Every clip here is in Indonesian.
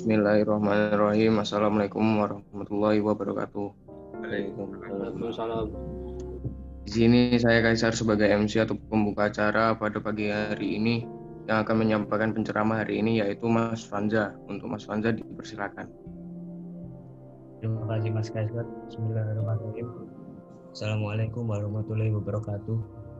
Bismillahirrahmanirrahim. Assalamualaikum warahmatullahi wabarakatuh. Waalaikumsalam. Di sini saya Kaisar sebagai MC atau pembuka acara pada pagi hari ini yang akan menyampaikan penceramah hari ini yaitu Mas Franza. Untuk Mas Franza dipersilakan. Terima kasih Mas Kaisar. Bismillahirrahmanirrahim. Assalamualaikum warahmatullahi wabarakatuh.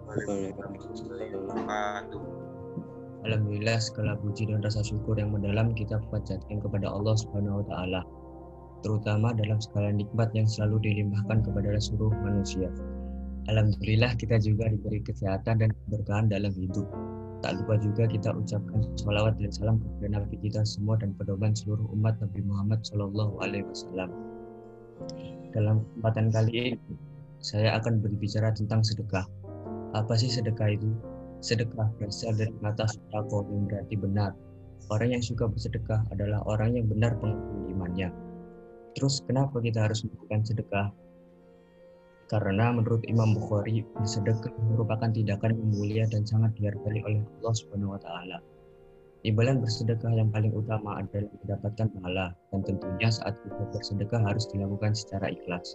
Alhamdulillah, segala puji dan rasa syukur yang mendalam kita panjatkan kepada Allah Subhanahu wa taala, terutama dalam segala nikmat yang selalu dilimpahkan kepada seluruh manusia. Alhamdulillah kita juga diberi kesehatan dan keberkahan dalam hidup. Tak lupa juga kita ucapkan sholawat dan salam kepada Nabi kita semua dan pedoman seluruh umat Nabi Muhammad SAW. Dalam kesempatan kali ini, saya akan berbicara tentang sedekah. Apa sih sedekah itu? Sedekah berasal dari kata sedekah yang berarti benar. Orang yang suka bersedekah adalah orang yang benar pengakuan imannya. Terus kenapa kita harus melakukan sedekah? Karena menurut Imam Bukhari, bersedekah merupakan tindakan yang mulia dan sangat dihargai oleh Allah Subhanahu wa taala. Imbalan bersedekah yang paling utama adalah mendapatkan pahala, dan tentunya saat kita bersedekah harus dilakukan secara ikhlas.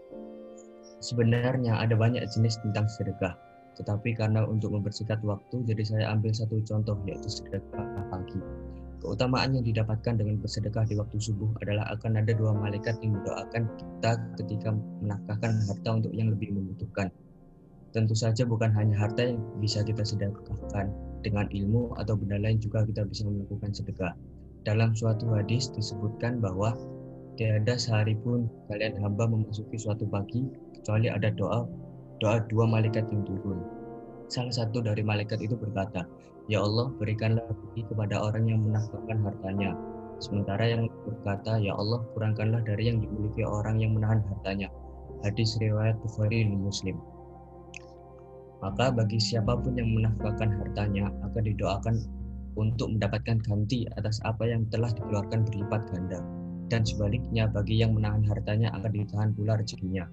Sebenarnya ada banyak jenis tentang sedekah, tetapi karena untuk mempersingkat waktu, jadi saya ambil satu contoh, yaitu sedekah pagi. Keutamaan yang didapatkan dengan bersedekah di waktu subuh adalah akan ada 2 malaikat yang mendoakan kita ketika menafkahkan harta untuk yang lebih membutuhkan. Tentu saja bukan hanya harta yang bisa kita sedekahkan, dengan ilmu atau benda lain juga kita bisa melakukan sedekah. Dalam suatu hadis disebutkan bahwa tiada sehari pun kalian hamba memasuki suatu pagi kecuali ada doa 2 malaikat yang turun. Salah satu dari malaikat itu berkata, "Ya Allah, berikanlah rezeki kepada orang yang menafkahkan hartanya." Sementara yang berkata, "Ya Allah, kurangkanlah dari yang dimiliki orang yang menahan hartanya." Hadis riwayat Bukhari dan Muslim. Maka bagi siapapun yang menafkahkan hartanya akan didoakan untuk mendapatkan ganti atas apa yang telah dikeluarkan berlipat ganda. Dan sebaliknya bagi yang menahan hartanya akan ditahan pula rezekinya.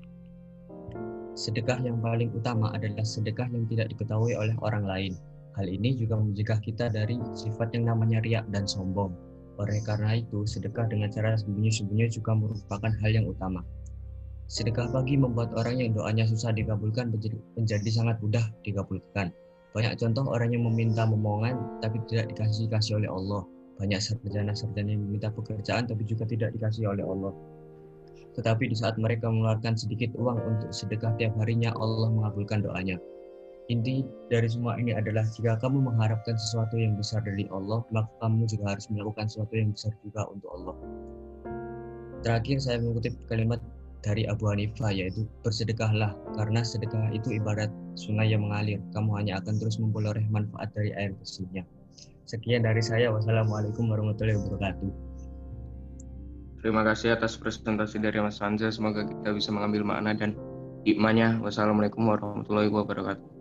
Sedekah yang paling utama adalah sedekah yang tidak diketahui oleh orang lain. Hal ini juga mencegah kita dari sifat yang namanya riak dan sombong. Oleh karena itu, sedekah dengan cara sembunyi-sembunyi juga merupakan hal yang utama. Sedekah pagi membuat orang yang doanya susah dikabulkan menjadi sangat mudah dikabulkan. Banyak contoh orang yang meminta momongan tapi tidak dikasih oleh Allah. Banyak sarjana-sarjana yang meminta pekerjaan tapi juga tidak dikasih oleh Allah. Tetapi di saat mereka mengeluarkan sedikit uang untuk sedekah tiap harinya, Allah mengabulkan doanya. Inti dari semua ini adalah jika kamu mengharapkan sesuatu yang besar dari Allah, maka kamu juga harus melakukan sesuatu yang besar juga untuk Allah. Terakhir saya mengutip kalimat dari Abu Hanifah, yaitu bersedekahlah, karena sedekah itu ibarat sungai yang mengalir. Kamu hanya akan terus memperoleh manfaat dari air bersihnya. Sekian dari saya. Wassalamualaikum warahmatullahi wabarakatuh. Terima kasih atas presentasi dari Mas Franza. Semoga kita bisa mengambil makna dan hikmahnya. Wassalamualaikum warahmatullahi wabarakatuh.